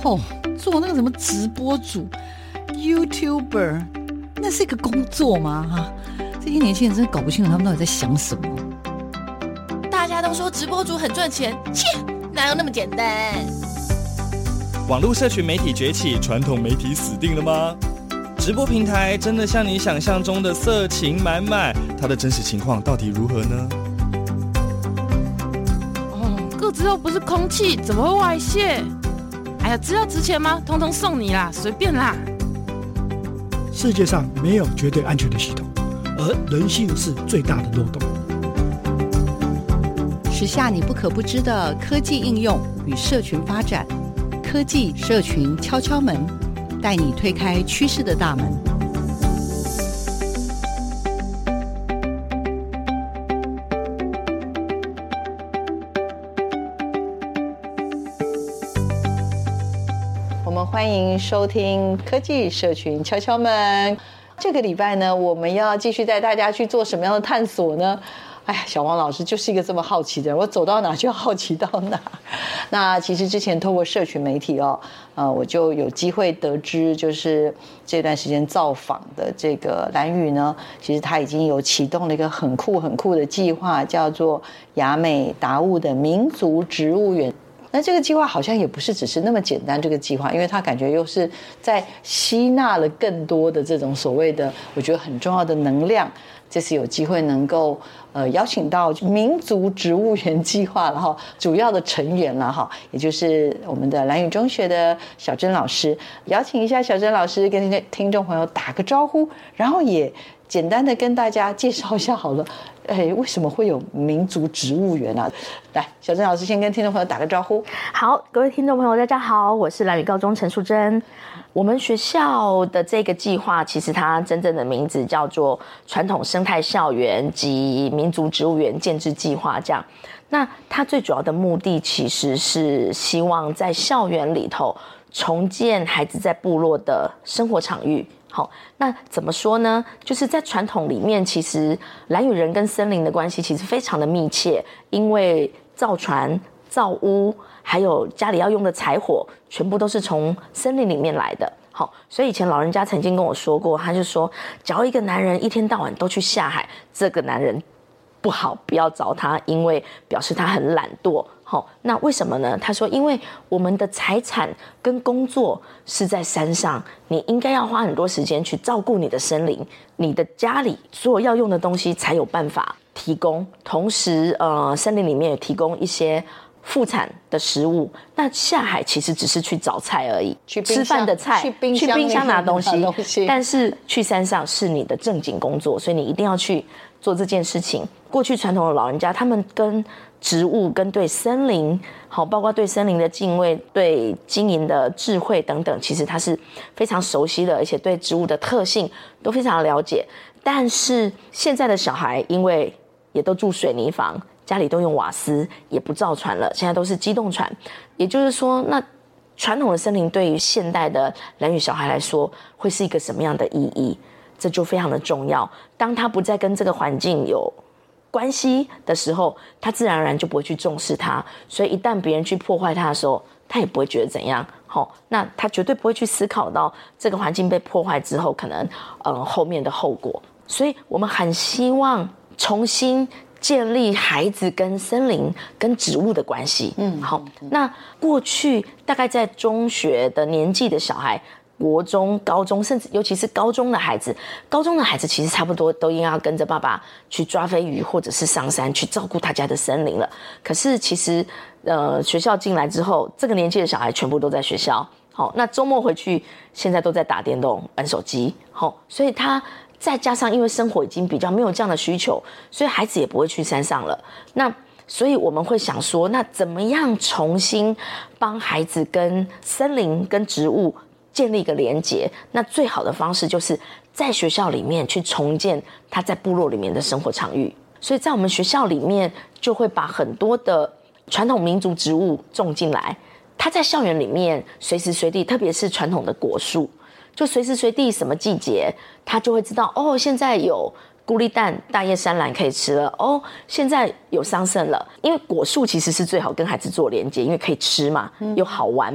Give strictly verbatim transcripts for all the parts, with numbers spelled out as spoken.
哦，做那个什么直播主 YouTuber， 那是一个工作吗？哈，这些年轻人真的搞不清楚他们到底在想什么。 大家都说直播主很赚钱，切，哪有那么简单？ 网络社群媒体崛起，传统媒体死定了吗？直播平台真的像你想象中的色情满满？它的真实情况到底如何呢？ 哦，个子又不是空气，怎么会外泄？哎呀，资料值钱吗？通通送你啦，随便啦。 世界上没有绝对安全的系统，而人性是最大的漏洞。 时下你不可不知的科技应用与社群发展，科技社群敲敲门，带你推开趋势的大门。我们欢迎收听科技社群敲敲门。这个礼拜呢，我们要继续带大家去做什么样的探索呢？哎呀，小王老师就是一个这么好奇的人，我走到哪就好奇到哪。那其实之前透过社群媒体哦，呃，我就有机会得知，就是这段时间造访的这个兰屿呢，其实他已经有启动了一个很酷很酷的计划，叫做雅美达悟的民族植物园。那这个计划好像也不是只是那么简单，这个计划，因为它感觉又是在吸纳了更多的这种所谓的我觉得很重要的能量。这次有机会能够呃邀请到民族植物园计划了哈，主要的成员了哈，也就是我们的兰屿中学的小珍老师，邀请一下小珍老师跟听众朋友打个招呼，然后也简单的跟大家介绍一下好了。哎，为什么会有民族植物园啊？来，小珍老师先跟听众朋友打个招呼。 好，各位听众朋友，大家好，我是兰屿高中陈淑贞。我们学校的这个计划，其实它真正的名字叫做传统生态校园及民族植物园建制计划。这样，那它最主要的目的其实是希望在校园里头重建孩子在部落的生活场域。好，那怎么说呢？就是在传统里面，其实兰屿人跟森林的关系其实非常的密切，因为造船、造屋，还有家里要用的柴火，全部都是从森林里面来的。好，所以以前老人家曾经跟我说过，他就说，只要一个男人一天到晚都去下海，这个男人不好，不要找他，因为表示他很懒惰。好，那为什么呢？他说，因为我们的财产跟工作是在山上，你应该要花很多时间去照顾你的森林，你的家里所有要用的东西才有办法提供。同时，呃，森林里面也提供一些副产的食物。那下海其实只是去找菜而已， 去吃饭的菜， 去冰箱, 去冰箱拿东西, 东西。 但是去山上是你的正经工作，所以你一定要去做这件事情。过去传统的老人家，他们跟植物跟对森林，好，包括对森林的敬畏、对经营的智慧等等，其实他是非常熟悉的，而且对植物的特性都非常了解。但是现在的小孩，因为也都住水泥房，家里都用瓦斯，也不造船了，现在都是机动船。也就是说，那传统的森林对于现代的兰屿小孩来说，会是一个什么样的意义？这就非常的重要。当他不再跟这个环境有关系的时候，他自然而然就不会去重视它，所以一旦别人去破坏它的时候，他也不会觉得怎样。好，那他绝对不会去思考到这个环境被破坏之后，可能呃后面的后果。所以我们很希望重新建立孩子跟森林跟植物的关系。嗯，好，那过去大概在中学的年纪的小孩，国中、高中，甚至尤其是高中的孩子，高中的孩子其实差不多都应该要跟着爸爸去抓飞鱼，或者是上山去照顾他家的森林了。可是其实，呃，学校进来之后，这个年纪的小孩全部都在学校。好，那周末回去，现在都在打电动、玩手机。好，所以他再加上因为生活已经比较没有这样的需求，所以孩子也不会去山上了。那所以我们会想说，那怎么样重新帮孩子跟森林、跟植物建立一个连结？那最好的方式就是在学校里面去重建他在部落里面的生活场域。所以在我们学校里面就会把很多的传统民族植物种进来，他在校园里面随时随地，特别是传统的果树，就随时随地什么季节他就会知道，哦，现在有孤立蛋、大叶山兰可以吃了，哦，现在有桑葚了。因为果树其实是最好跟孩子做连接，因为可以吃嘛，又好玩嘛。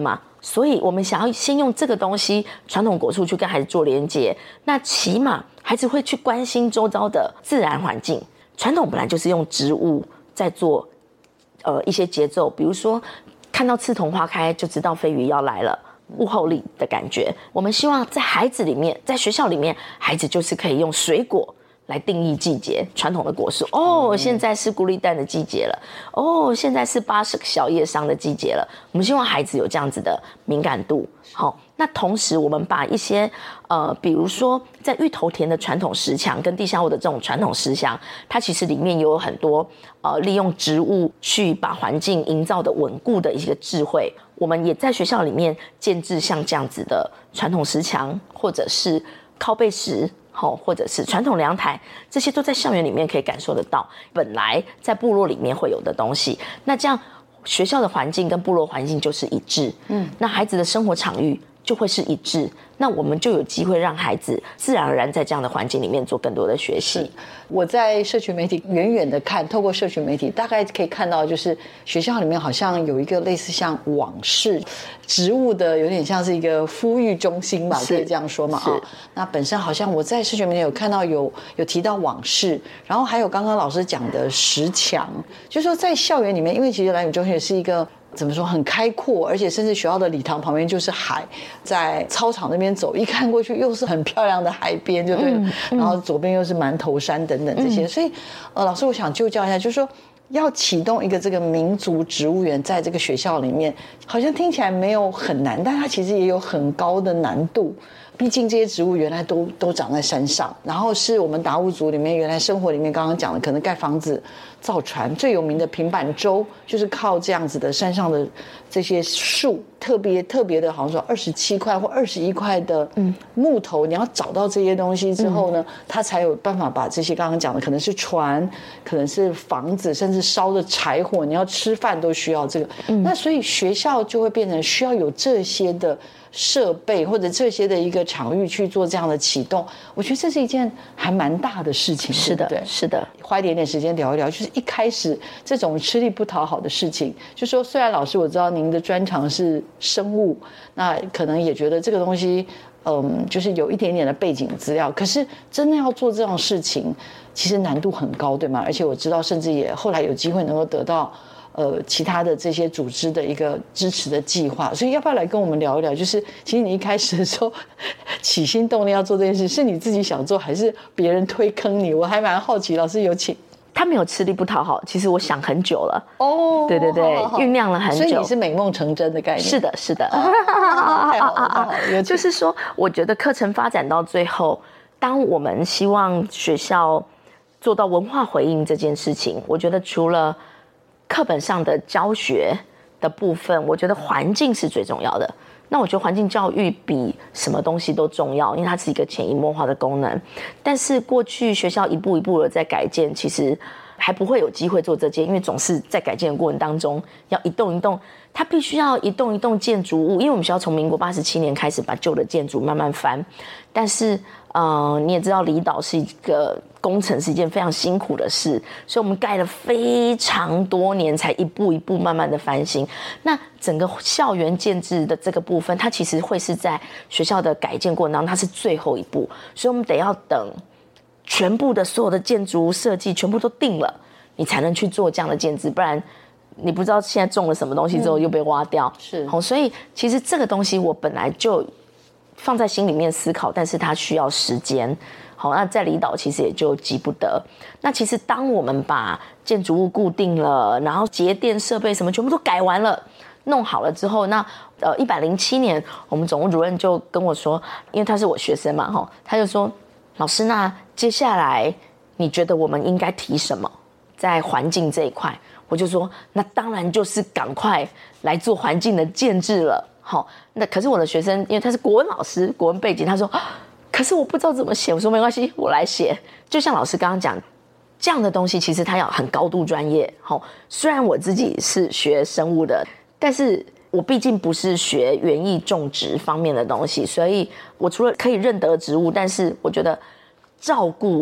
所以我们想要先用这个东西传统果树去跟孩子做连接，那起码孩子会去关心周遭的自然环境。传统本来就是用植物在做呃一些节奏，比如说看到刺桐花开就知道飞鱼要来了，物候力的感觉。我们希望在孩子里面，在学校里面，孩子就是可以用水果来定义季节。传统的果树，哦，现在是孤立蛋的季节了，哦，现在是八十个小叶桑的季节了。我们希望孩子有这样子的敏感度。好，那同时我们把一些呃，比如说在芋头田的传统石墙跟地下物的这种传统石墙，它其实里面有很多呃利用植物去把环境营造的稳固的一个智慧。我们也在学校里面建置像这样子的传统石墙，或者是靠背石，好，或者是传统凉台，这些都在校园里面可以感受得到，本来在部落里面会有的东西。那这样学校的环境跟部落环境就是一致，嗯，那孩子的生活场域就会是一致，那我们就有机会让孩子自然而然在这样的环境里面做更多的学习。 我在社群媒体远远的看，透过社群媒体大概可以看到，就是学校里面好像有一个类似像网室植物的，有点像是一个孵育中心吧，可以这样说嘛？啊，那本身好像我在社群媒体有看到有有提到网室，然后还有刚刚老师讲的石墙，就是说在校园里面，因为其实兰屿中学是一个怎么说很开阔，而且甚至学校的礼堂旁边就是海，在操场那边走，一看过去又是很漂亮的海边，就对了。嗯嗯、然后左边又是馒头山等等这些，嗯、所以呃，老师我想就教一下，就是说要启动一个这个民族植物园，在这个学校里面，好像听起来没有很难，但它其实也有很高的难度。毕竟这些植物原来都都长在山上，然后是我们达悟族里面原来生活里面刚刚讲的，可能盖房子、造船，最有名的平板舟就是靠这样子的山上的这些树，特别特别的，好像说二十七块或二十一块的木头，你要找到这些东西之后呢，它才有办法把这些刚刚讲的，可能是船，可能是房子，甚至烧的柴火，你要吃饭都需要这个。那所以学校就会变成需要有这些的设备或者这些的一个场域去做这样的启动，我觉得这是一件还蛮大的事情。 是的， 对对是的。 花一点点时间聊一聊，就是一开始这种吃力不讨好的事情，就说虽然老师我知道您的专长是生物，那可能也觉得这个东西，嗯，就是有一点点的背景资料，可是真的要做这种事情，其实难度很高，对吗？而且我知道，甚至也后来有机会能够得到。呃，其他的这些组织的一个支持的计划，所以要不要来跟我们聊一聊？就是其实你一开始的时候起心动念要做这件事，是你自己想做，还是别人推坑你？我还蛮好奇，老师有请。 他没有吃力不讨好，其实我想很久了。哦，对对对，酝酿了很久。 所以你是美梦成真的概念。 是的，是的。 太好了，太好了。 就是说，我觉得课程发展到最后，当我们希望学校做到文化回应这件事情，我觉得除了课本上的教学的部分，我觉得环境是最重要的。那我觉得环境教育比什么东西都重要，因为它是一个潜移默化的功能。但是过去学校一步一步的在改建，其实还不会有机会做这件，因为总是在改建的过程当中要一栋一栋，它必须要一栋一栋建筑物。因为我们学校从民国八十七年开始把旧的建筑慢慢翻，但是呃，你也知道离岛是一个工程是一件非常辛苦的事，所以我们盖了非常多年才一步一步慢慢的翻新。那整个校园建制的这个部分，它其实会是在学校的改建过程当中，它是最后一步，所以我们得要等全部的所有的建筑设计全部都定了，你才能去做这样的建制，不然你不知道现在种了什么东西之后又被挖掉。 是， 好，所以其实这个东西我本来就放在心里面思考，但是它需要时间。好，那在离岛其实也就急不得。那其实当我们把建筑物固定了，然后节电设备什么全部都改完了，弄好了之后，那呃一百零七年，我们总务主任就跟我说，因为他是我学生嘛，哈，他就说，老师，那接下来你觉得我们应该提什么在环境这一块？我就说，那当然就是赶快来做环境的建制了。好，那可是我的学生，因为他是国文老师，国文背景，他说，可是我不知道怎么写。我说没关系，我来写。就像老师刚刚讲，这样的东西其实它要很高度专业。好，虽然我自己是学生物的，但是我毕竟不是学园艺种植方面的东西，所以我除了可以认得植物，但是我觉得照顾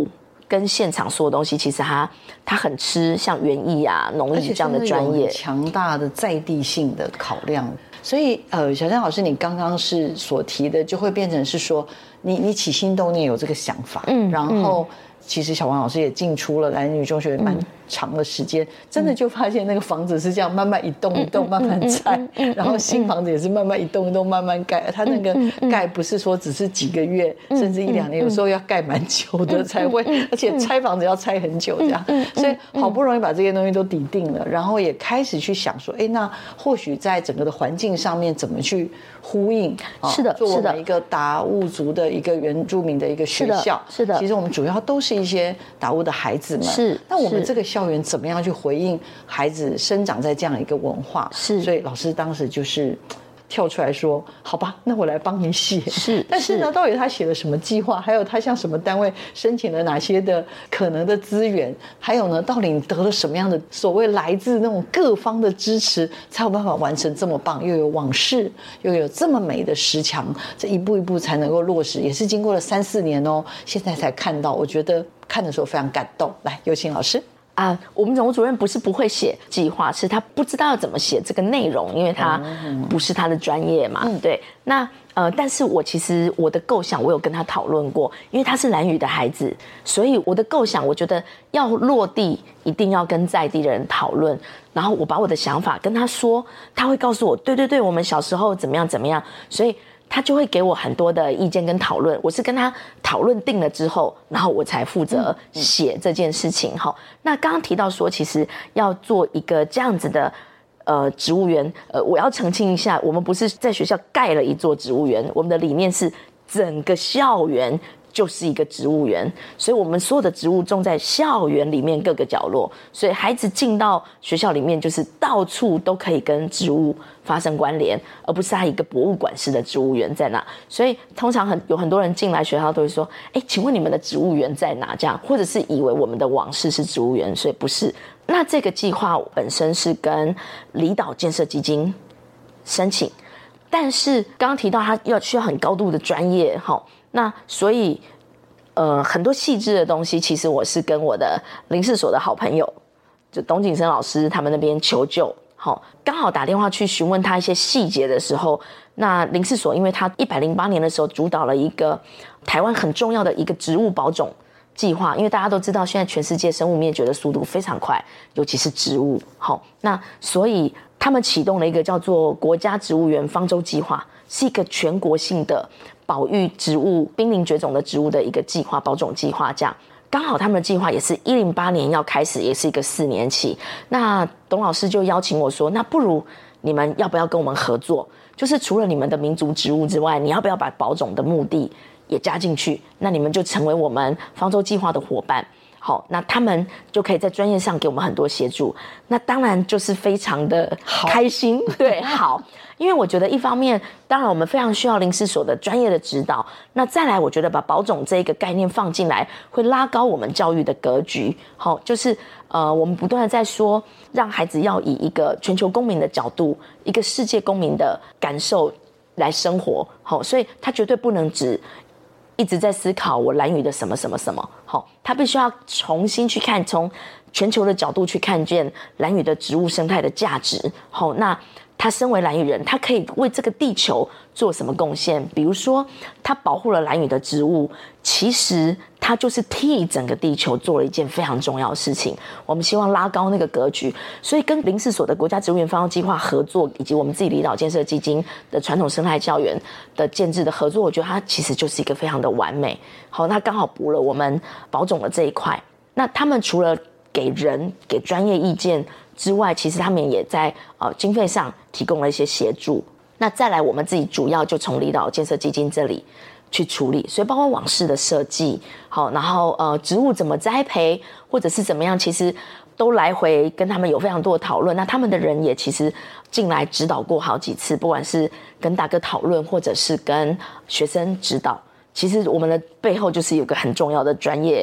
跟现场所有东西，其实他他很吃像园艺啊、农艺这样的专业， 强大的在地性的考量。所以，呃，小珊老师，你刚刚是所提的，就会变成是说，你你起心动念有这个想法，嗯，然后。嗯其实小王老师也进出了兰女中学蛮长的时间，嗯、真的就发现那个房子是这样慢慢一栋一栋慢慢拆，嗯嗯嗯、然后新房子也是慢慢一栋一栋慢慢盖。它那个盖不是说只是几个月，嗯、甚至一两年，有时候要盖蛮久的才会，嗯、而且拆房子要拆很久这样。嗯、所以好不容易把这些东西都抵定了，然后也开始去想说，哎，那或许在整个的环境上面怎么去呼应？ 是的， 作为一个达悟族的一个原住民的一个学校， 是的， 其实我们主要都是一些达悟的孩子们， 是。 那我们这个校园怎么样去回应孩子生长在这样一个文化？ 是。 所以老师当时就是跳出来说：“好吧，那我来帮你写。” 是。 但是呢，到底他写了什么计划？还有他向什么单位申请了哪些的可能的资源？还有呢，到底你得了什么样的所谓来自那种各方的支持，才有办法完成这么棒，又有往事，又有这么美的石墙，这一步一步才能够落实，也是经过了三四年哦，现在才看到，我觉得。看的时候非常感动，来有请老师啊。我们总务主任不是不会写计划，是他不知道要怎么写这个内容，因为他不是他的专业嘛。嗯、对，那呃，但是我其实我的构想，我有跟他讨论过，因为他是兰屿的孩子，所以我的构想，我觉得要落地，一定要跟在地的人讨论，然后我把我的想法跟他说，他会告诉我，对对对，我们小时候怎么样怎么样，所以。他就会给我很多的意见跟讨论，我是跟他讨论定了之后，然后我才负责写这件事情。好、嗯嗯，那刚刚提到说，其实要做一个这样子的呃植物园，呃，我要澄清一下，我们不是在学校盖了一座植物园，我们的理念是整个校园就是一个植物园，所以我们所有的植物种在校园里面各个角落，所以孩子进到学校里面就是到处都可以跟植物发生关联，而不是它一个博物馆式的植物园在哪。所以通常很有很多人进来学校都会说，哎，请问你们的植物园在哪？这样，或者是以为我们的往事是植物园，所以不是。那这个计划本身是跟离岛建设基金申请，但是刚刚提到它要需要很高度的专业哈。那所以，呃，很多细致的东西，其实我是跟我的林试所的好朋友，就董景生老师他们那边求救，好，刚好打电话去询问他一些细节的时候，那林试所因为他一百零八年的时候主导了一个台湾很重要的一个植物保种计划，因为大家都知道现在全世界生物灭绝的速度非常快，尤其是植物，好，那所以他们启动了一个叫做国家植物园方舟计划，是一个全国性的。保育植物濒临绝种的植物的一个计划，保种计划这样，刚好他们的计划也是一零八年要开始，也是一个四年期。那董老师就邀请我说，那不如你们要不要跟我们合作？就是除了你们的民族植物之外，你要不要把保种的目的也加进去？那你们就成为我们方舟计划的伙伴。好，那他们就可以在专业上给我们很多协助。那当然就是非常的开心，对，好。因为我觉得一方面，当然我们非常需要林试所的专业的指导。那再来，我觉得把保种这个概念放进来，会拉高我们教育的格局。好，就是呃，我们不断的在说，让孩子要以一个全球公民的角度，一个世界公民的感受来生活。好，所以他绝对不能只一直在思考我兰屿的什么什么什么。好，他必须要重新去看，从全球的角度去看见兰屿的植物生态的价值。好，那。他身为兰屿人，他可以为这个地球做什么贡献？比如说，他保护了兰屿的植物，其实他就是替整个地球做了一件非常重要的事情。我们希望拉高那个格局，所以跟林试所的国家植物园方舟计划合作，以及我们自己离岛建设基金的传统生态校园的建制的合作，我觉得它其实就是一个非常的完美。好，那刚好补了我们保种的这一块。那他们除了给人给专业意见之外，其实他们也在呃经费上提供了一些协助。那再来，我们自己主要就从离岛建设基金这里去处理，所以包括网室的设计，好，然后呃植物怎么栽培，或者是怎么样，其实都来回跟他们有非常多的讨论。那他们的人也其实进来指导过好几次，不管是跟大哥讨论，或者是跟学生指导。其实我们的背后就是有个很重要的专业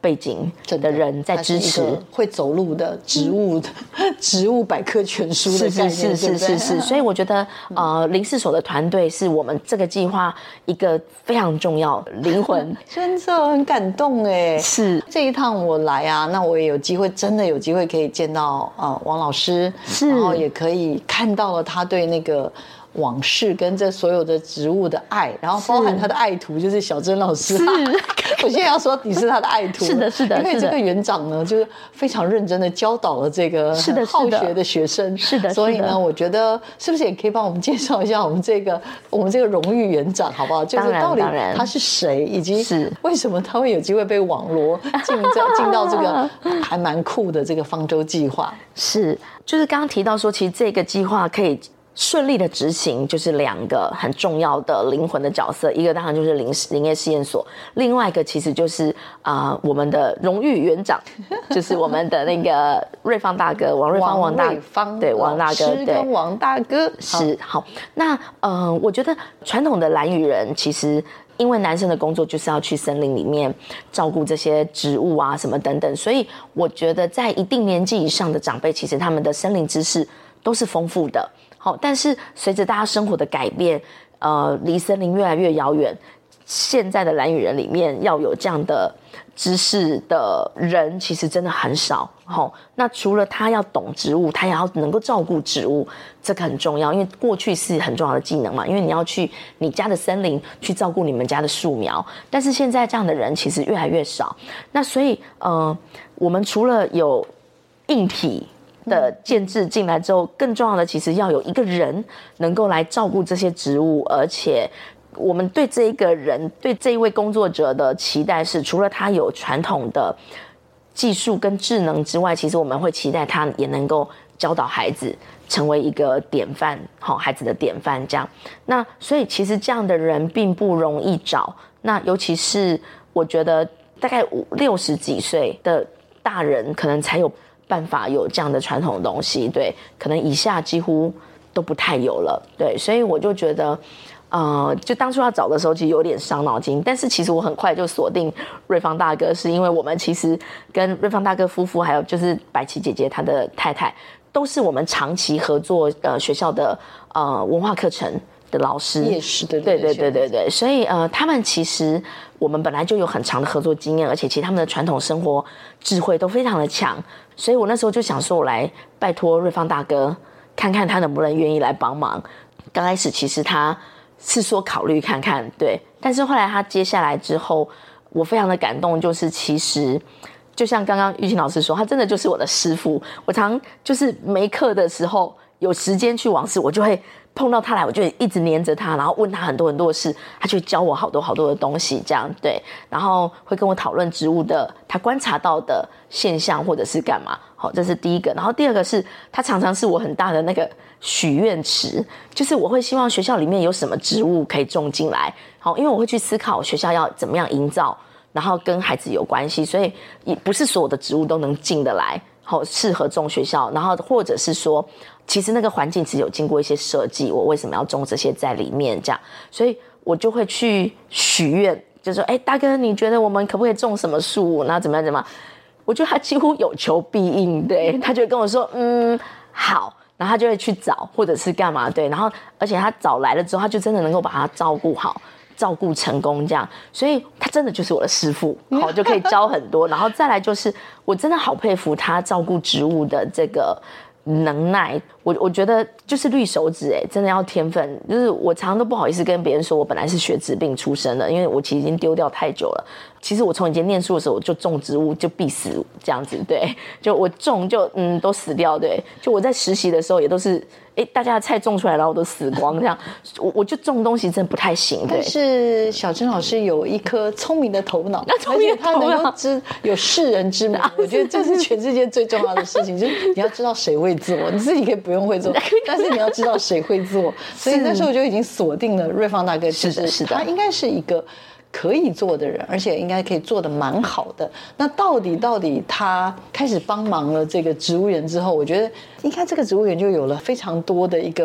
背景的人在支持， 会走路的植物的、嗯、植物百科全书的概念， 是是是是是。所以我觉得，呃，林试所的团队是我们这个计划一个非常重要的灵魂， 真的很感动哎。 是这一趟我来啊，那我也有机会，真的有机会可以见到呃王老师， 是， 然后也可以看到了他对那个往事跟这所有的植物的爱，然后包含他的爱徒就是小珍老师。是，我现在要说你是他的爱徒， 是的，是的， 因为这个园长呢，就是非常认真的教导了这个好学的学生。 是的， 所以呢，我觉得是不是也可以帮我们介绍一下我们这个我们这个荣誉园长，好不好？就是到底他是谁，以及为什么他会有机会被网罗进进到这个还蛮酷的这个方舟计划？ 是，就是刚刚提到说，其实这个计划可以顺利的执行，就是两个很重要的灵魂的角色，一个当然就是林林业试验所，另外一个其实就是啊、呃、我们的荣誉园长，就是我们的那个瑞芳大哥王瑞芳王大芳对王大哥对王大哥是好。那呃，我觉得传统的兰屿人其实。因为男生的工作就是要去森林里面照顾这些植物啊什么等等，所以我觉得在一定年纪以上的长辈，其实他们的森林知识都是丰富的。好，但是随着大家生活的改变，呃，离森林越来越遥远，现在的兰屿人里面要有这样的知识的人，其实真的很少。好，那除了他要懂植物，他也要能够照顾植物，这个很重要，因为过去是很重要的技能嘛，因为你要去你家的森林去照顾你们家的树苗，但是现在这样的人其实越来越少。那所以，呃，我们除了有硬体的建制进来之后，更重要的其实要有一个人能够来照顾这些植物，而且我们对这一个人，对这一位工作者的期待是，除了他有传统的技术跟智能之外，其实我们会期待他也能够教导孩子成为一个典范，好孩子的典范这样。那所以其实这样的人并不容易找，那尤其是我觉得大概五六十几岁的大人，可能才有办法有这样的传统的东西，对，可能以下几乎都不太有了，对，所以我就觉得。呃，就当初要找的时候，其实有点伤脑筋，但是其实我很快就锁定瑞芳大哥，是因为我们其实跟瑞芳大哥夫妇，还有就是白琪姐姐她的太太，都是我们长期合作呃学校的呃文化课程的老师， 也是的， 对对对对对，所以呃他们其实我们本来就有很长的合作经验，而且其实他们的传统生活智慧都非常的强，所以我那时候就想说，我来拜托瑞芳大哥，看看他能不能愿意来帮忙。刚开始其实他。是说考虑看看，对，但是后来他接下来之后，我非常的感动，就是其实就像刚刚玉琴老师说，他真的就是我的师父。我常就是没课的时候，有时间去往事，我就会碰到他来，我就一直黏着他，然后问他很多很多的事，他就会教我好多好多的东西，这样对，然后会跟我讨论植物的他观察到的现象或者是干嘛，好，这是第一个。然后第二个是他常常是我很大的那个许愿池，就是我会希望学校里面有什么植物可以种进来，好，因为我会去思考学校要怎么样营造，然后跟孩子有关系，所以也不是所有的植物都能进得来，好，适合种学校，然后或者是说。其实那个环境其实有经过一些设计，我为什么要种这些在里面这样，所以我就会去许愿，就说哎，大哥你觉得我们可不可以种什么树，然后怎么样怎么样，我觉得他几乎有求必应，对，他就会跟我说嗯好，然后他就会去找或者是干嘛，对，然后而且他找来了之后，他就真的能够把它照顾好，照顾成功这样，所以他真的就是我的师父，好，就可以教很多。然后再来就是我真的好佩服他照顾植物的这个能耐，我我觉得就是绿手指，哎，真的要天分。就是我常常都不好意思跟别人说，我本来是学植病出身的，因为我其实已经丢掉太久了。其实我从以前念书的时候，我就种植物就必死这样子，对，就我种就嗯都死掉，对，就我在实习的时候也都是，哎，大家的菜种出来然后我都死光这样，我我就种东西真的不太行。对， 但是小珍老师有一颗聪明的头脑， 聪明的头脑， 而且他能够知有识人之明，我觉得这是全世界最重要的事情，就是你要知道谁会做，你自己可以不用会做，但是你要知道谁会做。所以那时候就已经锁定了瑞芳大哥， 是的，是的， 他应该是一个可以做的人，而且应该可以做得蛮好的。那到底到底他开始帮忙了这个植物园之后，我觉得应该这个植物园就有了非常多的一个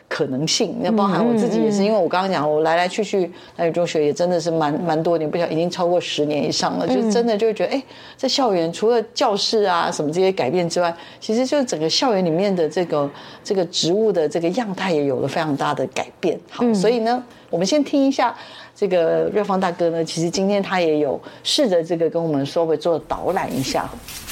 可能性。那包含我自己也是，因为我刚刚讲，我来来去去兰屿中学也真的是蛮蛮多年，不晓得已经超过十年以上了，就真的就会觉得，哎，在校园除了教室啊什么这些改变之外，其实就是整个校园里面的这个这个植物的这个样态也有了非常大的改变。好，所以呢，我们先听一下这个瑞芳大哥呢，其实今天他也有试着这个跟我们稍微做导览一下。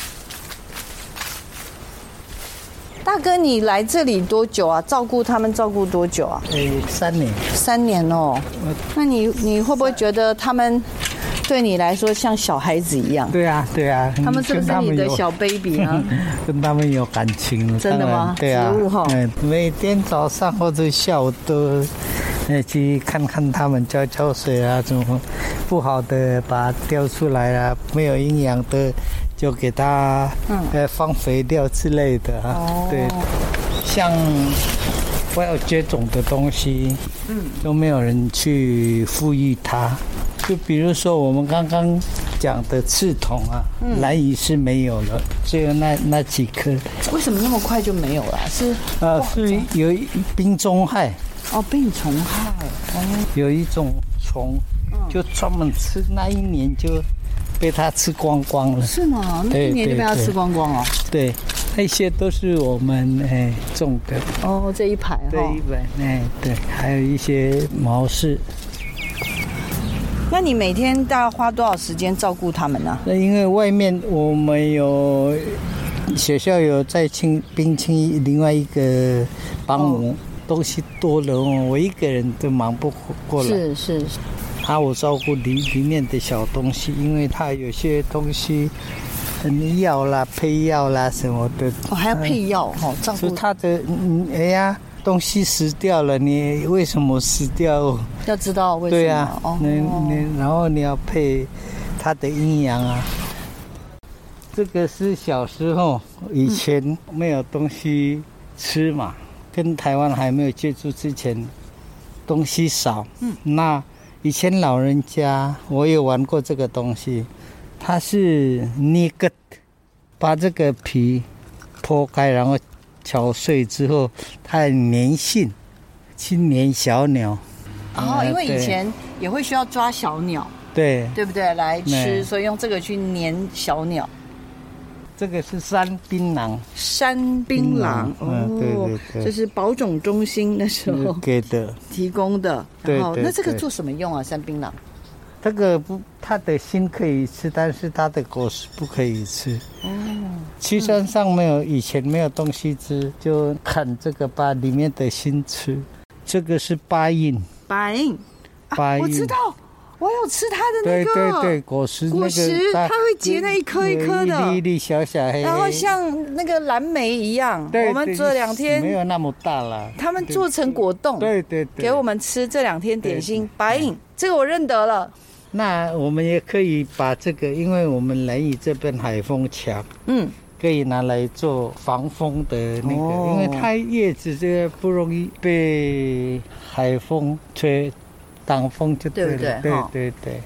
大哥，你来这里多久啊？照顾他们照顾多久啊？ 呃，三年。 三年哦。那你你会不会觉得他们对你来说像小孩子一样？ 对啊，对啊。 他们是不是你的小 baby 啊？ 跟他们有感情。 真的吗？ 对啊。 植物哈。 嗯，每天早上或者下午都，呃，去看看他们浇浇水啊，什么不好的把它挑出来啊，没有营养的。就给它呃放肥料之类的啊，哦、对，像我要绝种的东西，嗯，都没有人去富裕它。就比如说我们刚刚讲的刺桐啊，嗯、兰屿是没有了，只有那那几棵。 为什么那么快就没有了？是呃，是有病虫害。 哦，病虫害。 哦，有一种虫，就专门吃，那一年就。被它吃光光了， 是吗？那一年就被它吃光光了。 对，那些都是我们哎种的。 哦，这一排哈。 这一排哎对，还有一些毛柿。 那你每天大概花多少时间照顾它们呢？ 那因为外面我们有学校有在清冰清另外一个帮我、哦、东西多了哦，我一个人都忙不过来。 是是是。 啊，我照顾里里面的小东西，因为它有些东西，嗯，药啦、配药啦什么的。 哦，还要配药哦，照顾。 是它的，嗯，哎呀，东西死掉了，你为什么死掉？ 要知道为什么。 对啊，哦，你你然后你要配它的营养啊。这个是小时候以前没有东西吃嘛，嗯、跟台湾还没有接触之前，东西少，嗯，那。以前老人家我也玩过这个东西，它是捏个，把这个皮剥开，然后敲碎之后，它的粘性去粘小鸟。 哦，因为以前也会需要抓小鸟， 对， 对不对？来吃，所以用这个去粘小鸟。 这个是山槟榔， 山槟榔， 嗯，对对对， 这是保种中心那时候给的， 提供的。 对对， 那这个做什么用啊？山槟榔？ 这个不，它的心可以吃，但是它的果实不可以吃。哦，七山上没有，以前没有东西吃，就砍这个，把里面的心吃。这个是八印， 八印， 八印， 我知道。我有吃它的那个， 对对对，果实， 果实它会结那一颗一颗的， 一粒一粒小小黑， 然后像那个蓝莓一样。我们这两天没有那么大了， 他们做成果冻， 对对对， 给我们吃这两天点心。白影，这个我认得了。 那我们也可以把这个，因为我们兰屿这边海风强，嗯，可以拿来做防风的那个，哦、因为它叶子这个不容易被海风吹。挡风就对了，对对对对。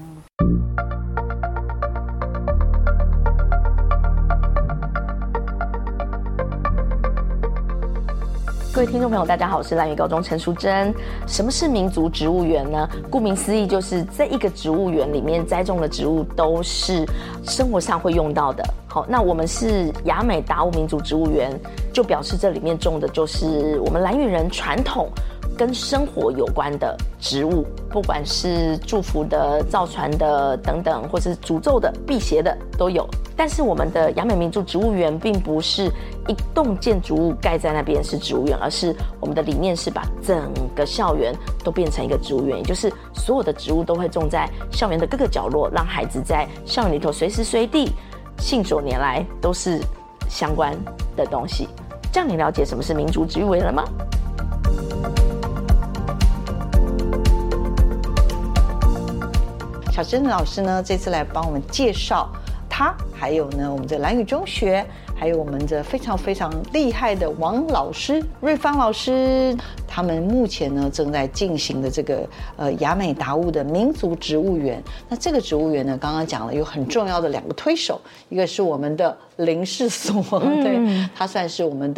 各位听众朋友，大家好，我是兰屿高中陈淑贞。什么是民族植物园呢？顾名思义，就是这一个植物园里面栽种的植物都是生活上会用到的。好，那我们是雅美达悟民族植物园，就表示这里面种的就是我们兰屿人传统跟生活有关的植物，不管是祝福的、造船的等等，或是诅咒的、辟邪的都有。但是我们的雅美民族植物园并不是一栋建筑物盖在那边是植物园，而是我们的理念是把整个校园都变成一个植物园，也就是所有的植物都会种在校园的各个角落，让孩子在校园里头随时随地信手拈来都是相关的东西。这样你了解什么是民族植物园了吗？ 小珍老师呢，这次来帮我们介绍他，还有呢我们的兰屿中学，还有我们的非常非常厉害的王老师、瑞芳老师，他们目前呢正在进行的这个呃雅美达悟的民族植物园。那这个植物园呢，刚刚讲了有很重要的两个推手，一个是我们的林氏所，嗯、对，它算是我们的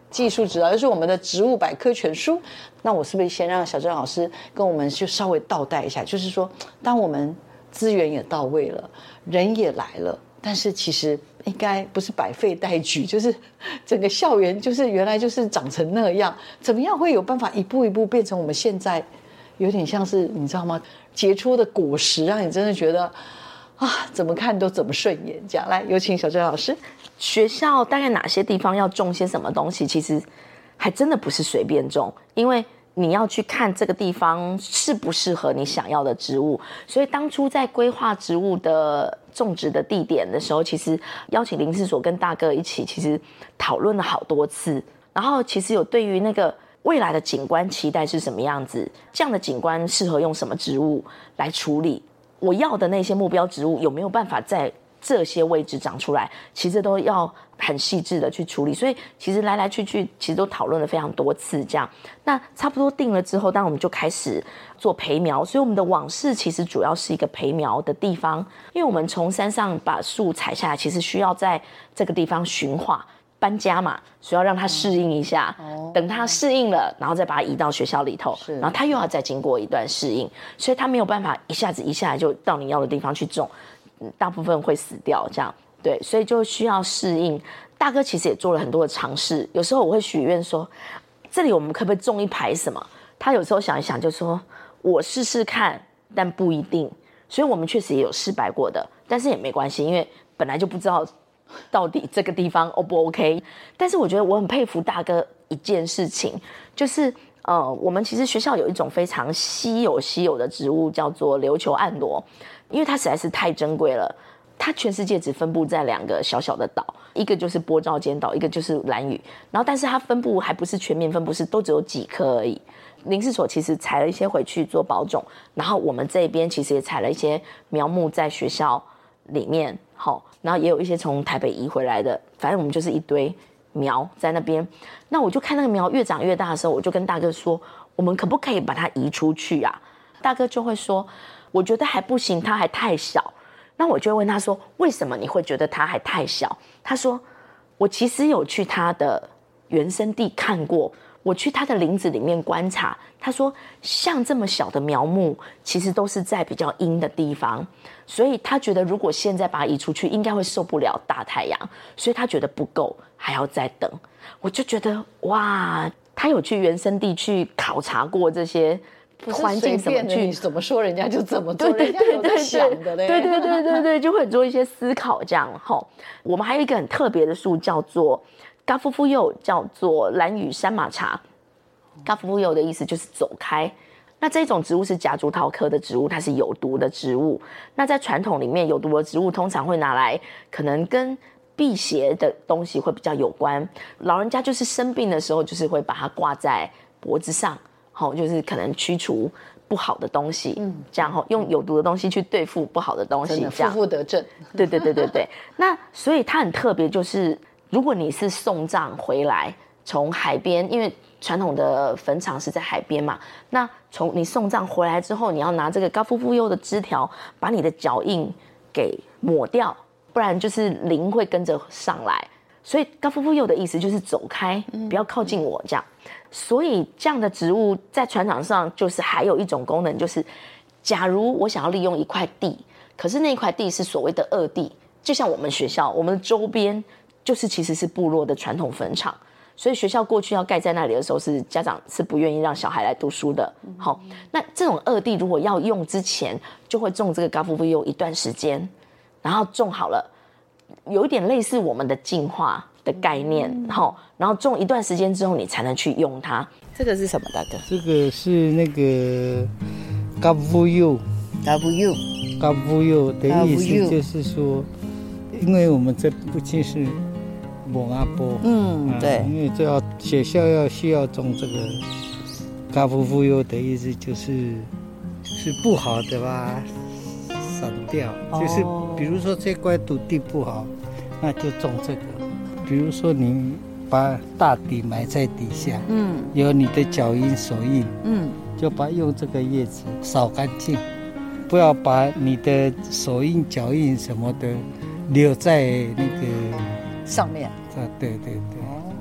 技术指导，就是我们的植物百科全书。那我是不是先让小郑老师跟我们就稍微倒带一下，就是说，当我们资源也到位了，人也来了，但是其实应该不是百废待举，就是整个校园就是原来就是长成那样，怎么样会有办法一步一步变成我们现在有点像是你知道吗？结出的果实，让你真的觉得啊，怎么看都怎么顺眼。这样，来有请小郑老师。 学校大概哪些地方要种些什么东西，其实还真的不是随便种，因为你要去看这个地方适不适合你想要的植物。所以当初在规划植物的种植的地点的时候，其实邀请林试所跟大哥一起，其实讨论了好多次。然后其实有对于那个未来的景观期待是什么样子，这样的景观适合用什么植物来处理，我要的那些目标植物有没有办法在这些位置长出来，其实都要很细致的去处理。所以其实来来去去其实都讨论了非常多次这样。那差不多定了之后，当然我们就开始做培苗。所以我们的网室其实主要是一个培苗的地方，因为我们从山上把树采下来，其实需要在这个地方驯化搬家嘛，需要让它适应一下、哦、等它适应了，然后再把它移到学校里头，然后它又要再经过一段适应，所以它没有办法一下子一下来就到你要的地方去种，大部分会死掉这样。对，所以就需要适应。大哥其实也做了很多的尝试，有时候我会许愿说，这里我们可不可以种一排什么？他有时候想一想就说，我试试看，但不一定。所以我们确实也有失败过的，但是也没关系，因为本来就不知道到底这个地方 O 不 OK。但是我觉得我很佩服大哥一件事情，就是呃，我们其实学校有一种非常稀有稀有的植物，叫做琉球暗螺，因为它实在是太珍贵了。它全世界只分布在两个小小的岛，一个就是波照间岛，一个就是兰屿。然后，但是它分布还不是全面分布，是都只有几颗而已。林试所其实采了一些回去做保种，然后我们这边其实也采了一些苗木在学校里面，好，然后也有一些从台北移回来的，反正我们就是一堆苗在那边。那我就看那个苗越长越大的时候，我就跟大哥说，我们可不可以把它移出去啊？大哥就会说，我觉得还不行，它还太小。那我就会问他说，为什么你会觉得它还太小？他说，我其实有去他的原生地看过，我去他的林子里面观察。他说，像这么小的苗木，其实都是在比较阴的地方，所以他觉得如果现在把它移出去，应该会受不了大太阳，所以他觉得不够，还要再等。我就觉得哇，他有去原生地去考察过这些环境怎么去， 你怎么说人家就怎么做，人家有在想的嘞。 对对对对对，就会做一些思考这样哈。我们还有一个很特别的树叫做嘎夫夫柚，叫做兰屿山马茶。嘎夫夫柚的意思就是走开。那这种植物是夹竹桃科的植物，它是有毒的植物。那在传统里面，有毒的植物通常会拿来可能跟辟邪的东西会比较有关。老人家就是生病的时候，就是会把它挂在脖子上。好，就是可能驱除不好的东西，嗯，这样哈，用有毒的东西去对付不好的东西，这样负负得正。 对对对对对。那所以它很特别，就是如果你是送葬回来，从海边，因为传统的坟场是在海边嘛，那从你送葬回来之后，你要拿这个高夫妇柚的枝条，把你的脚印给抹掉，不然就是灵会跟着上来。所以高夫妇柚的意思就是走开，不要靠近我这样。所以这样的植物在船场上就是还有一种功能，就是假如我想要利用一块地，可是那块地是所谓的恶地，就像我们学校，我们的周边就是其实是部落的传统坟场，所以学校过去要盖在那里的时候，是家长是不愿意让小孩来读书的。好，那这种恶地如果要用之前，就会种这个高夫妇柚一段时间，然后种好了，有一点类似我们的净化的概念，嗯、然后种一段时间之后，你才能去用它。这个是什么，大哥？ 这个是那个嘎夫柚， 嘎夫柚， 嘎夫柚的意思就是说，因为我们这不仅是蒙阿波， 嗯，啊、对， 因为这要学校要需要种这个嘎夫妇柚的意思就是是不好的吧，散掉，哦、就是比如说这块土地不好，那就种这个。比如说你把大底埋在底下，嗯，有你的脚印手印，嗯，就把用这个叶子扫干净，不要把你的手印脚印什么的留在那个上面。 啊，对对对。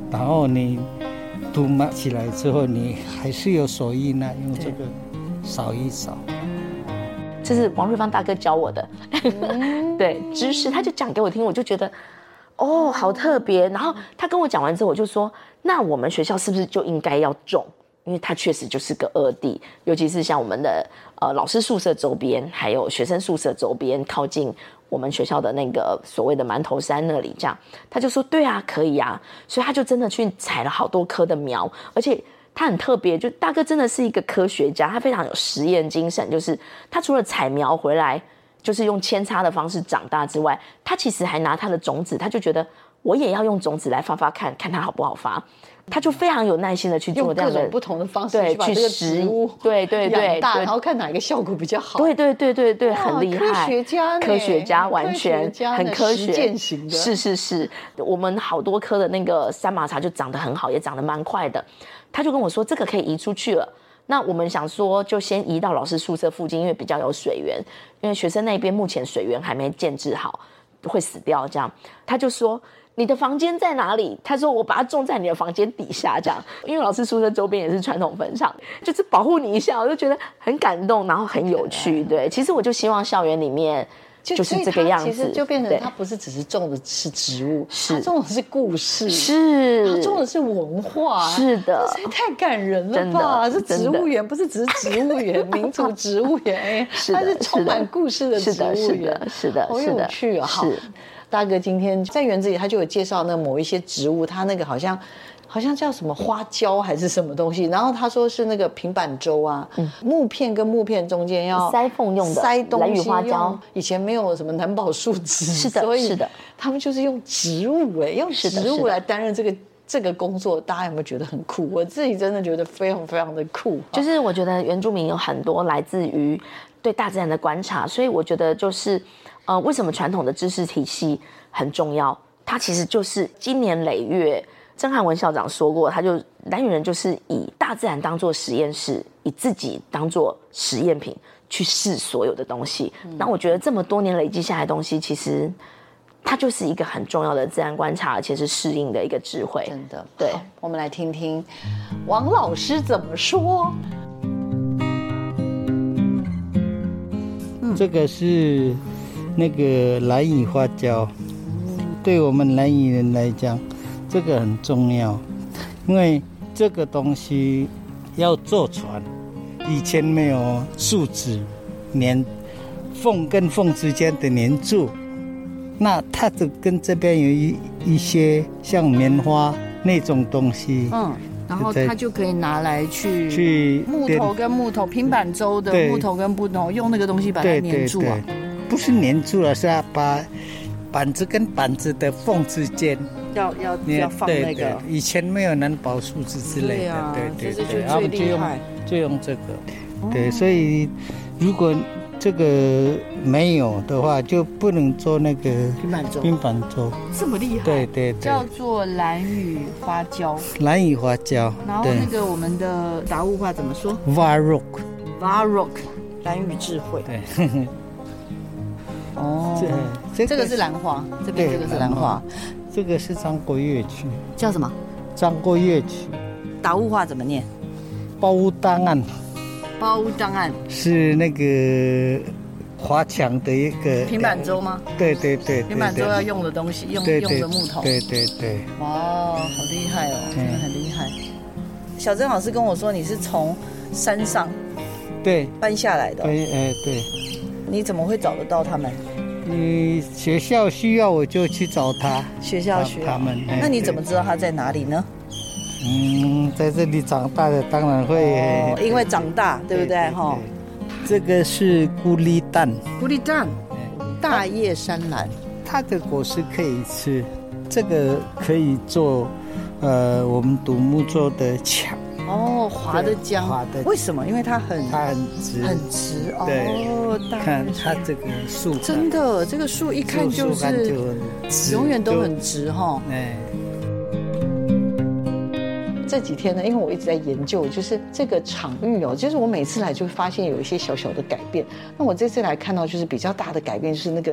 然后你读满起来之后，你还是有手印啊，用这个扫一扫。 这是王瑞芳大哥教我的，嗯、对知识，他就讲给我听，我就觉得哦，好特别。然后他跟我讲完之后，我就说，那我们学校是不是就应该要种？因为它确实就是个恶地，尤其是像我们的呃老师宿舍周边，还有学生宿舍周边，靠近我们学校的那个所谓的馒头山那里，这样他就说对啊，可以啊，所以他就真的去采了好多棵的苗，而且他很特别，就大哥真的是一个科学家，他非常有实验精神，就是他除了采苗回来，就是用扦插的方式长大之外，他其实还拿他的种子，他就觉得我也要用种子来发发看，看它好不好发。他就非常有耐心的去做这样的用各种不同的方式对去把这个植物对对对养大， 对然后看哪一个效果比较好。 对对对对对，很厉害， 科学家， 科学家完全很科学， 实践型的。 是是是，我们好多棵的那个山麻茶就长得很好，也长得蛮快的。他就跟我说，这个可以移出去了。那我们想说，就先移到老师宿舍附近，因为比较有水源，因为学生那边目前水源还没建制好，会死掉这样。他就说，你的房间在哪里？他说我把它种在你的房间底下，这样，因为老师宿舍周边也是传统坟场，就是保护你一下，我就觉得很感动，然后很有趣。对，其实我就希望校园里面就是这个样子， 其实就变成它不是只是种的是植物， 是它种的是故事， 是它种的是文化， 是的， 这太感人了吧！这植物园不是只是植物园，民族植物园，它是充满故事的植物园， 是的， 好有趣啊！好。大哥今天在园子里，他就有介绍那某一些植物，他那个好像好像叫什么花椒还是什么东西，然后他说是那个平板粥啊，嗯、木片跟木片中间要塞缝用的塞东西， 蓝雨花椒， 以前没有什么南宝树脂， 是的， 所以是的， 他们就是用植物哎、欸，用植物来担任这个这个工作，大家有没有觉得很酷？我自己真的觉得非常非常的酷。 就是我觉得原住民有很多来自于对大自然的观察，所以我觉得就是呃，为什么传统的知识体系很重要？它其实就是经年累月。曾汉文校长说过，他就兰屿人就是以大自然当作实验室，以自己当作实验品去试所有的东西。那、嗯、我觉得这么多年累积下来的东西，其实它就是一个很重要的自然观察，而且是适应的一个智慧。 真的， 对， 我们来听听王老师怎么说。 嗯、这个是那个兰屿花椒，对我们兰屿人来讲，这个很重要，因为这个东西要坐船，以前没有树脂粘缝跟缝之间的粘住，那它就跟这边有一一些像棉花那种东西， 嗯，然后它就可以拿来去去木头跟木头平板舟的木头跟木头，用那个东西把它粘住啊， 对对对，不是粘住了，是要把板子跟板子的缝之间。 要要要放那个，对对， 以前没有南宝树脂之类的， 啊、 对对对， 他们就用就用这个，哦、对，所以如果这个没有的话，就不能做那个平板舟。 平板舟这么厉害？ 对对对， 叫做兰屿花椒。 兰屿花椒。 然后那个我们的达悟话怎么说 ？Varok。Varok， 兰屿智慧。 对。 哦，这这个是兰花，这边这个是兰花。 这个是张国乐曲， 叫什么？ 张国乐曲。 达悟话怎么念？ 包屋档案。 包屋档案是那个华强的一个平板舟吗？ 对对 对, 对， 平板舟要用的东西，用对对用的木头。 对对对。 哇，好厉害哦，真的很厉害。小曾老师跟我说，你是从山上对搬下来的。 对，哎对。 你怎么会找得到他们？ 你学校需要我就去找他， 学校需要他们。 那你怎么知道他在哪里呢？ 嗯，在这里长大的当然会， 哦，因为长大，对不对？哈。 这个是孤立蛋， 孤立蛋，大叶山兰， 它的果实可以吃，这个可以做，呃，我们独木舟的桨。 哦，滑的浆，滑的，为什么？因为它很它很直， 很直哦。 对，看它这个树， 真的，这个树一看就是永远都很直哈。 哎。 这几天呢，因为我一直在研究，就是这个场域哦，就是我每次来就会发现有一些小小的改变。那我这次来看到就是比较大的改变，就是那个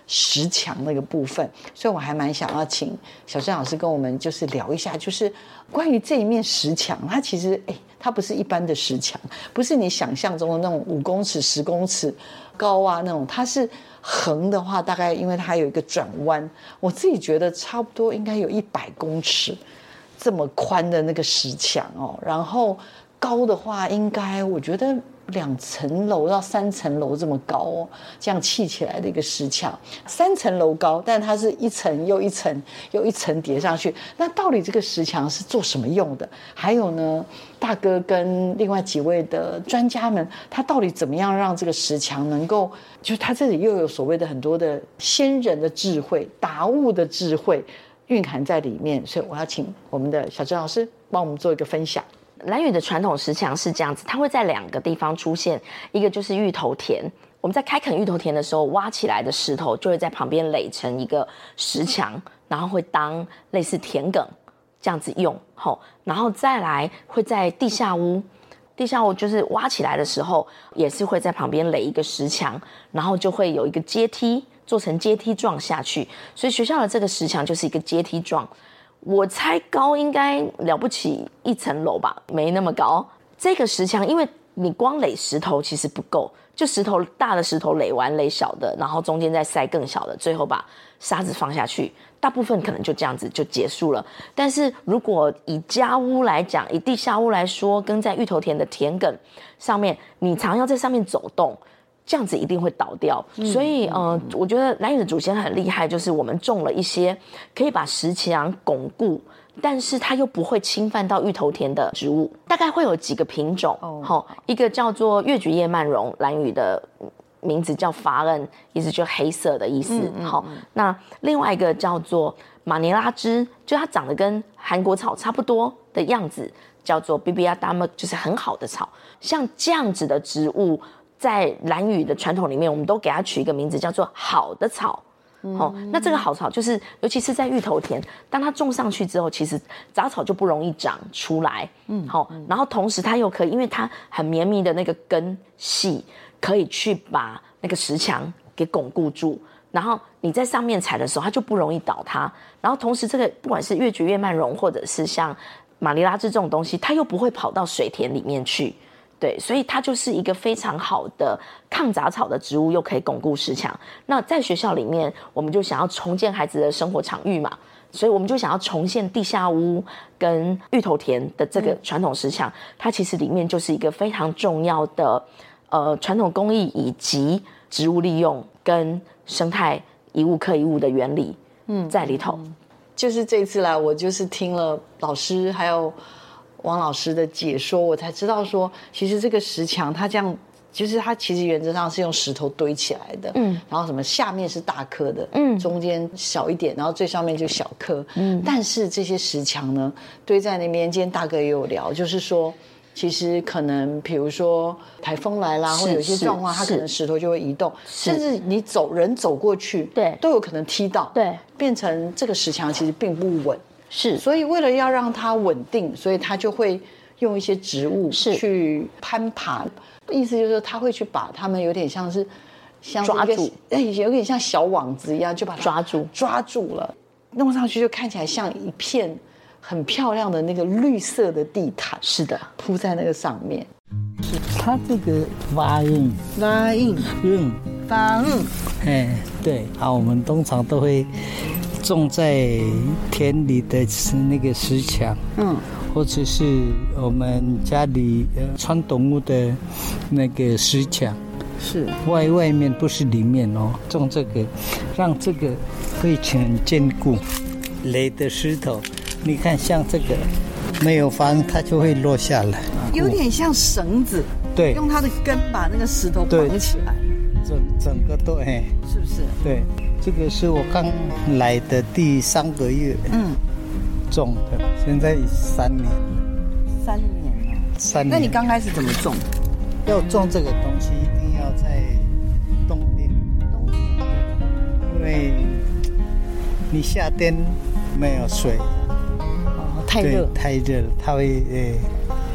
石墙那个部分，所以我还蛮想要请小郑老师跟我们就是聊一下，就是关于这一面石墙，它其实哎，它不是一般的石墙，不是你想象中的那种五公尺、十公尺高啊那种，它是横的话，大概因为它有一个转弯，我自己觉得差不多应该有一百公尺这么宽的那个石墙哦，然后高的话，应该我觉得两层楼到三层楼这么高哦，这样砌起来的一个石墙，三层楼高，但它是一层又一层又一层叠上去。那到底这个石墙是做什么用的？还有呢，大哥跟另外几位的专家们，他到底怎么样让这个石墙能够，就是他这里又有所谓的很多的先人的智慧、达悟的智慧蕴含在里面，所以我要请我们的小郑老师帮我们做一个分享。 兰屿的传统石墙是这样子，它会在两个地方出现，一个就是芋头田，我们在开垦芋头田的时候，挖起来的石头就会在旁边垒成一个石墙，然后会当类似田埂这样子用，吼，然后再来会在地下屋，地下屋就是挖起来的时候，也是会在旁边垒一个石墙，然后就会有一个阶梯，做成阶梯状下去，所以学校的这个石墙就是一个阶梯状。我猜高应该了不起一层楼吧，没那么高。这个石墙，因为你光垒石头其实不够，就石头大的石头垒完垒小的，然后中间再塞更小的，最后把沙子放下去，大部分可能就这样子就结束了。但是如果以家屋来讲，以地下屋来说，跟在芋头田的田埂上面，你常要在上面走动，这样子一定会倒掉，嗯、所以呃，我觉得兰屿的祖先很厉害，就是我们种了一些可以把石墙巩固，但是它又不会侵犯到芋头田的植物，大概会有几个品种，好、哦，一个叫做越菊叶蔓茸，兰屿的名字叫法恩，意思就黑色的意思，好、嗯嗯嗯，那另外一个叫做马尼拉枝，就它长得跟韩国草差不多的样子，叫做 Bibiadama， 就是很好的草，像这样子的植物。在兰屿的传统里面，我们都给它取一个名字，叫做好的草。哦，那这个好草就是，尤其是在芋头田，当它种上去之后，其实杂草就不容易长出来。嗯，好、哦，然后同时它又可以，因为它很绵密的那个根系，可以去把那个石墙给巩固住。然后你在上面踩的时候，它就不容易倒塌。然后同时，这个不管是越菊叶蔓茸，或者是像马尼拉枝这种东西，它又不会跑到水田里面去。对，所以它就是一个非常好的抗杂草的植物，又可以巩固石墙。那在学校里面，我们就想要重建孩子的生活场域嘛，所以我们就想要重现地下屋跟芋头田的这个传统石墙，嗯、它其实里面就是一个非常重要的呃传统工艺以及植物利用跟生态一物克一物的原理嗯在里头。嗯、 就是这次来，我就是听了老师还有王老师的解说，我才知道说，其实这个石墙它这样，就是它其实原则上是用石头堆起来的，嗯，然后什么下面是大颗的，嗯，中间小一点，然后最上面就小颗，嗯，但是这些石墙呢堆在那边，今天大哥也有聊，就是说，其实可能比如说台风来啦，或者有些状况，它可能石头就会移动，甚至你走人走过去， 对， 都有可能踢到， 对， 变成这个石墙其实并不稳。 是， 所以为了要让它稳定，所以他就会用一些植物去攀爬，意思就是说他会去把它们有点像是像抓住， 哎，有点像小网子一样，就把它抓住抓住了，弄上去就看起来像一片很漂亮的那个绿色的地毯。 是的， 铺在那个上面。 是它这个发音， 发音， 嗯， 发音， 哎，对，好，我们通常都会种在田里的那个石墙，嗯，或者是我们家里呃传统屋的那个石墙， 是外外面不是里面哦，种这个，让这个会很坚固。垒的石头，你看像这个没有防，它就会落下来， 有点像绳子， 对， 用它的根把那个石头绑起来， 整整个都哎， 是不是？ 对。这个是我刚来的第三个月，嗯，种的，现在三年了。 三年了。 三年。 那你刚开始怎么种？ 要种这个东西，一定要在冬天。冬天。因为你夏天没有水， 哦，太热。 太热了，它会呃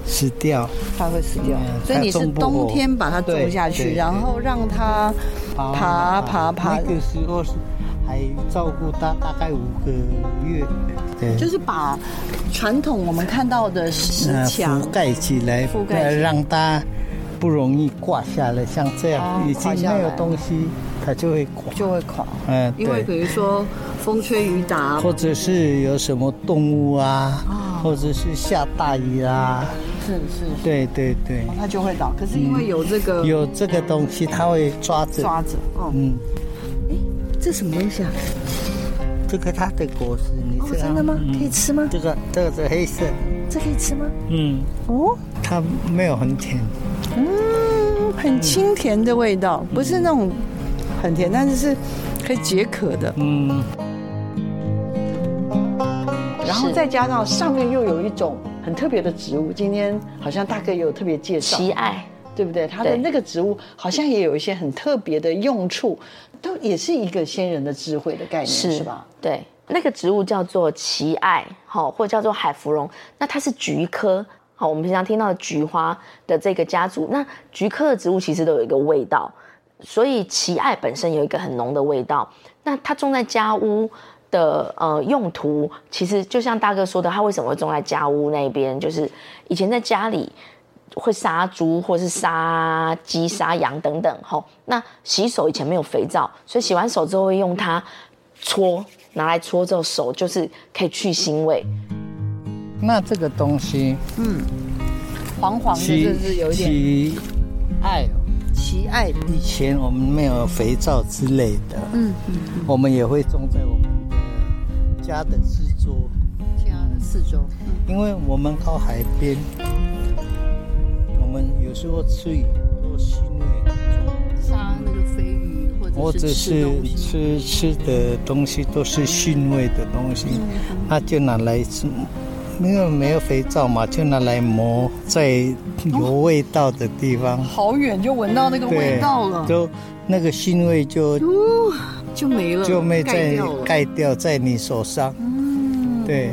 死掉， 它会死掉。 嗯所以你是冬天把它种下去，然后让它爬爬爬。 那个时候是还照顾它大概五个月，对， 就是把传统我们看到的石墙覆盖起来， 覆盖起来让它不容易挂下来。像这样、 哦、 已经没有东西，它就会垮， 就会垮。 嗯， 因为比如说风吹雨打， 或者是有什么动物啊，哦、或者是下大雨啊。 是是是， 对对对、 哦，它就会倒。可是因为有这个、 嗯、有这个东西，它会抓着抓着。哦，嗯，哎，这什么东西啊？ 这个它的果实，你知道、 哦、真的吗？ 嗯、 可以吃吗？ 这个这个是黑色的， 这可以吃吗？ 嗯， 哦， 它没有很甜， 嗯，很清甜的味道，嗯、不是那种很甜，但是是可以解渴的。 嗯。 然后再加上上面又有一种很特别的植物，今天好像大哥也有特别介绍， 奇艾， 对不对？它的那个植物好像也有一些很特别的用处，都也是一个先人的智慧的概念，是, 是吧？ 对，那个植物叫做奇艾，好，或者叫做海芙蓉。那它是菊科，好，我们平常听到的菊花的这个家族。那菊科的植物其实都有一个味道，所以奇艾本身有一个很浓的味道。那它种在家屋的呃用途，其实就像大哥说的，他为什么会种在家屋那边？就是以前在家里会杀猪或是杀鸡、杀羊等等，吼。那洗手以前没有肥皂，所以洗完手之后会用它搓，拿来搓之后手就是可以去腥味。 那这个东西， 嗯，黄黄的，就是有一点奇艾。 奇艾， 以前我们没有肥皂之类的， 嗯嗯， 我们也会种在我们的家的四周， 家的四周， 嗯，因为我们靠海边，我们有时候吃鱼都腥味很重， 杀那个飞鱼或者是吃吃吃的东西都是腥味的东西，嗯、那就拿来吃。因为没有肥皂嘛，就拿来磨在有味道的地方， 哦、好远就闻到那个味道了， 就那个腥味就、 哦、就没了， 就没在盖掉在你手上， 嗯， 对。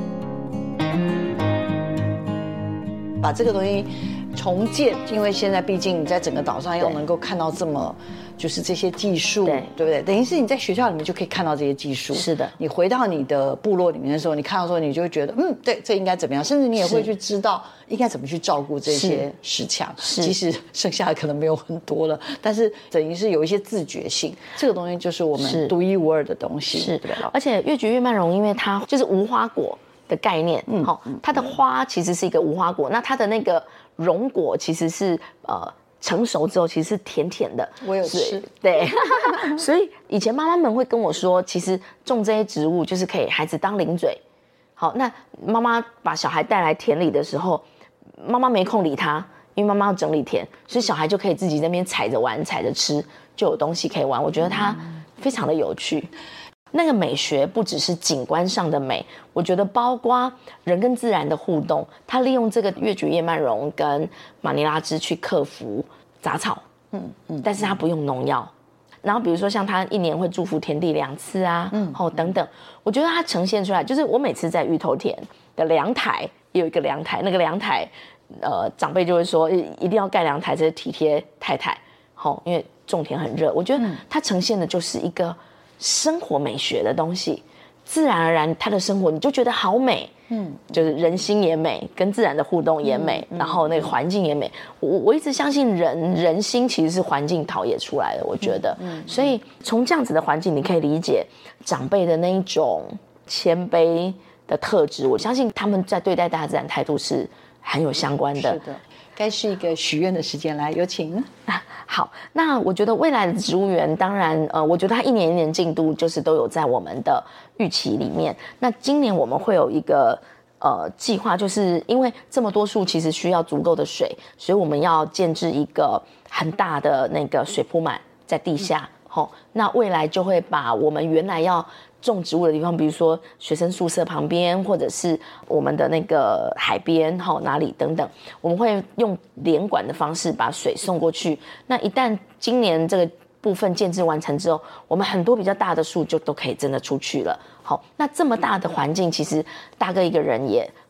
把这个东西重建，因为现在毕竟你在整个岛上要能够看到这么。就是这些技术，对对不对？等于是你在学校里面就可以看到这些技术。 是的， 你回到你的部落里面的时候，你看到说，你就会觉得，嗯，对，这应该怎么样？甚至你也会去知道应该怎么去照顾这些石墙。即使剩下的可能没有很多了，但是等于是有一些自觉性。这个东西就是我们独一无二的东西。 是，对。而且越橘越曼蓉，因为它就是无花果的概念，嗯，好、哦，它的花其实是一个无花果，那它的那个蓉果其实是呃。成熟之后其实是甜甜的， 我有吃。 对，所以以前妈妈们会跟我说，其实种这些植物就是可以孩子当零嘴。好，那妈妈把小孩带来田里的时候，妈妈没空理他，因为妈妈要整理田，所以小孩就可以自己在那边采着玩、采着吃，就有东西可以玩。我觉得它非常的有趣。那个美学不只是景观上的美，我觉得包括人跟自然的互动，它利用这个越橘叶曼蓉跟马尼拉枝去克服杂草，嗯嗯，但是它不用农药。然后比如说像它一年会祝福田地两次啊，嗯，哦等等，我觉得它呈现出来，就是我每次在芋头田的凉台也有一个凉台，那个凉台，呃，长辈就会说一定要盖凉台，这是体贴太太，好、哦，因为种田很热，我觉得它呈现的就是一个。生活美学的东西，自然而然他的生活你就觉得好美，嗯，就是人心也美，跟自然的互动也美，嗯嗯、然后那个环境也美。我我一直相信人人心其实是环境陶冶出来的，我觉得，嗯嗯、所以从这样子的环境，你可以理解长辈的那一种谦卑的特质。我相信他们在对待大自然态度是很有相关的。 是的，该是一个许愿的时间，来有请。 好，那我觉得未来的植物园，当然，呃，我觉得它一年一年进度就是都有在我们的预期里面。那今年我们会有一个呃计划，就是因为这么多树其实需要足够的水，所以我们要建置一个很大的那个水铺满在地下。好、哦，那未来就会把我们原来要种植物的地方，比如说学生宿舍旁边，或者是我们的那个海边，哈、哦、哪里等等，我们会用连管的方式把水送过去。那一旦今年这个部分建置完成之后，我们很多比较大的树就都可以真的出去了。好，那这么大的环境，其实大哥一个人也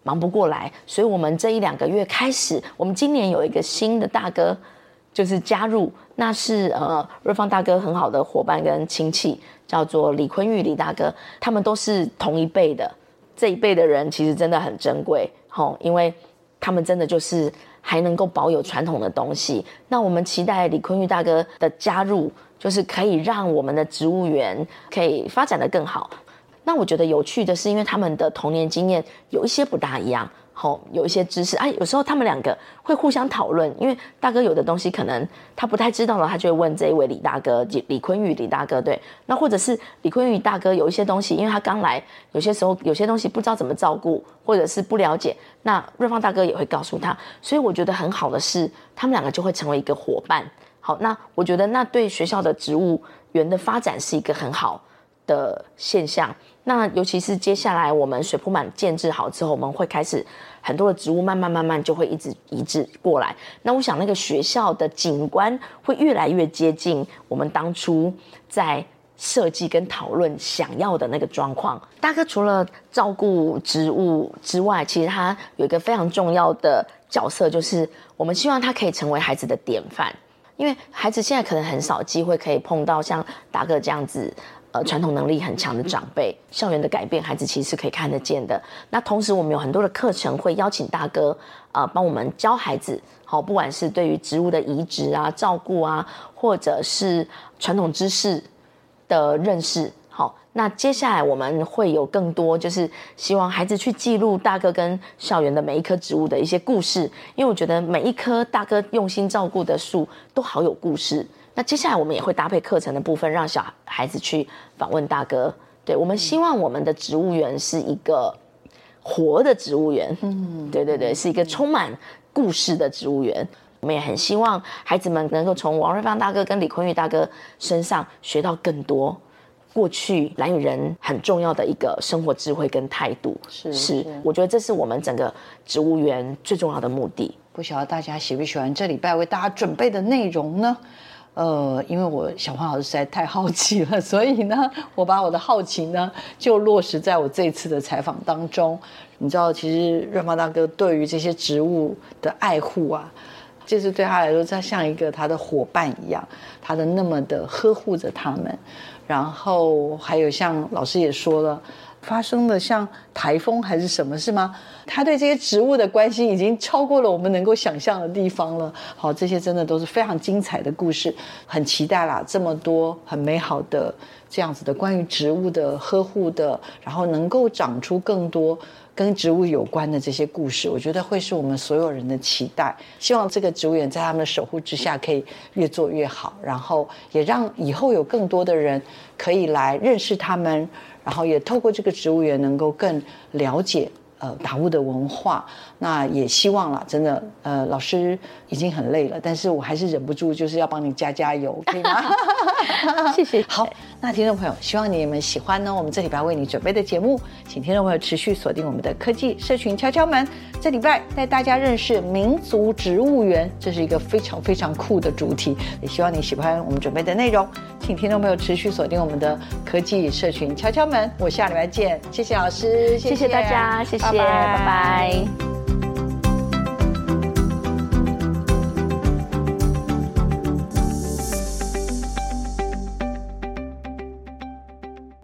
忙不过来，所以我们这一两个月开始，我们今年有一个新的大哥就是加入，那是呃瑞芳大哥很好的伙伴跟亲戚，叫做李坤玉李大哥，他们都是同一辈的，这一辈的人其实真的很珍贵，吼，因为他们真的就是还能够保有传统的东西。那我们期待李坤玉大哥的加入，就是可以让我们的植物园可以发展得更好。那我觉得有趣的是，因为他们的童年经验有一些不大一样，好，有一些知识，哎、啊，有时候他们两个会互相讨论，因为大哥有的东西可能他不太知道了，他就会问这一位李大哥，李坤玉李大哥，对，那或者是李坤玉大哥有一些东西，因为他刚来，有些时候有些东西不知道怎么照顾，或者是不了解，那瑞芳大哥也会告诉他，所以我觉得很好的是，他们两个就会成为一个伙伴。好，那我觉得那对学校的植物园的发展是一个很好的现象。那尤其是接下来我们水铺满建制好之后，我们会开始很多的植物慢慢慢慢就会一直移植过来。那我想那个学校的景观会越来越接近我们当初在设计跟讨论想要的那个状况。大哥除了照顾植物之外，其实他有一个非常重要的角色，就是我们希望他可以成为孩子的典范。因为孩子现在可能很少机会可以碰到像大哥这样子呃，传统能力很强的长辈，校园的改变孩子其实是可以看得见的。那同时我们有很多的课程会邀请大哥呃，帮我们教孩子，好，不管是对于植物的移植啊、照顾啊，或者是传统知识的认识。好，那接下来我们会有更多，就是希望孩子去记录大哥跟校园的每一棵植物的一些故事，因为我觉得每一棵大哥用心照顾的树都好有故事。那接下来我们也会搭配课程的部分，让小孩子去访问大哥。对，我们希望我们的植物园是一个活的植物园，嗯，对对对，是一个充满故事的植物园。我们也很希望孩子们能够从王瑞芳大哥跟李坤玉大哥身上学到更多过去兰屿人很重要的一个生活智慧跟态度。 是是，我觉得这是我们整个植物园最重要的目的。 不晓得大家喜不喜欢这礼拜为大家准备的内容呢？呃，因为我小黄老师实在太好奇了，所以呢，我把我的好奇呢就落实在我这一次的采访当中。你知道，其实瑞芳大哥对于这些植物的爱护啊，就是对他来说，他像一个他的伙伴一样，他的那么的呵护着他们。然后还有像老师也说了，发生的像台风还是什么，是吗？他对这些植物的关心已经超过了我们能够想象的地方了。好，这些真的都是非常精彩的故事，很期待啦，这么多很美好的这样子的关于植物的呵护的，然后能够长出更多跟植物有关的这些故事，我觉得会是我们所有人的期待。希望这个植物园在他们的守护之下可以越做越好，然后也让以后有更多的人可以来认识他们，然后也透过这个植物园能够更了解呃达悟的文化。那也希望啦，真的呃老师已经很累了，但是我还是忍不住就是要帮你加加油，可以吗？ 谢谢。 好，那听众朋友，希望你们喜欢呢我们这礼拜为你准备的节目，请听众朋友持续锁定我们的科技社群敲敲门。这礼拜带大家认识民族植物园，这是一个非常非常酷的主题，也希望你喜欢我们准备的内容，请听众朋友持续锁定我们的科技社群敲敲门。我下礼拜见，谢谢老师， 谢谢大家，谢谢，拜拜。拜拜。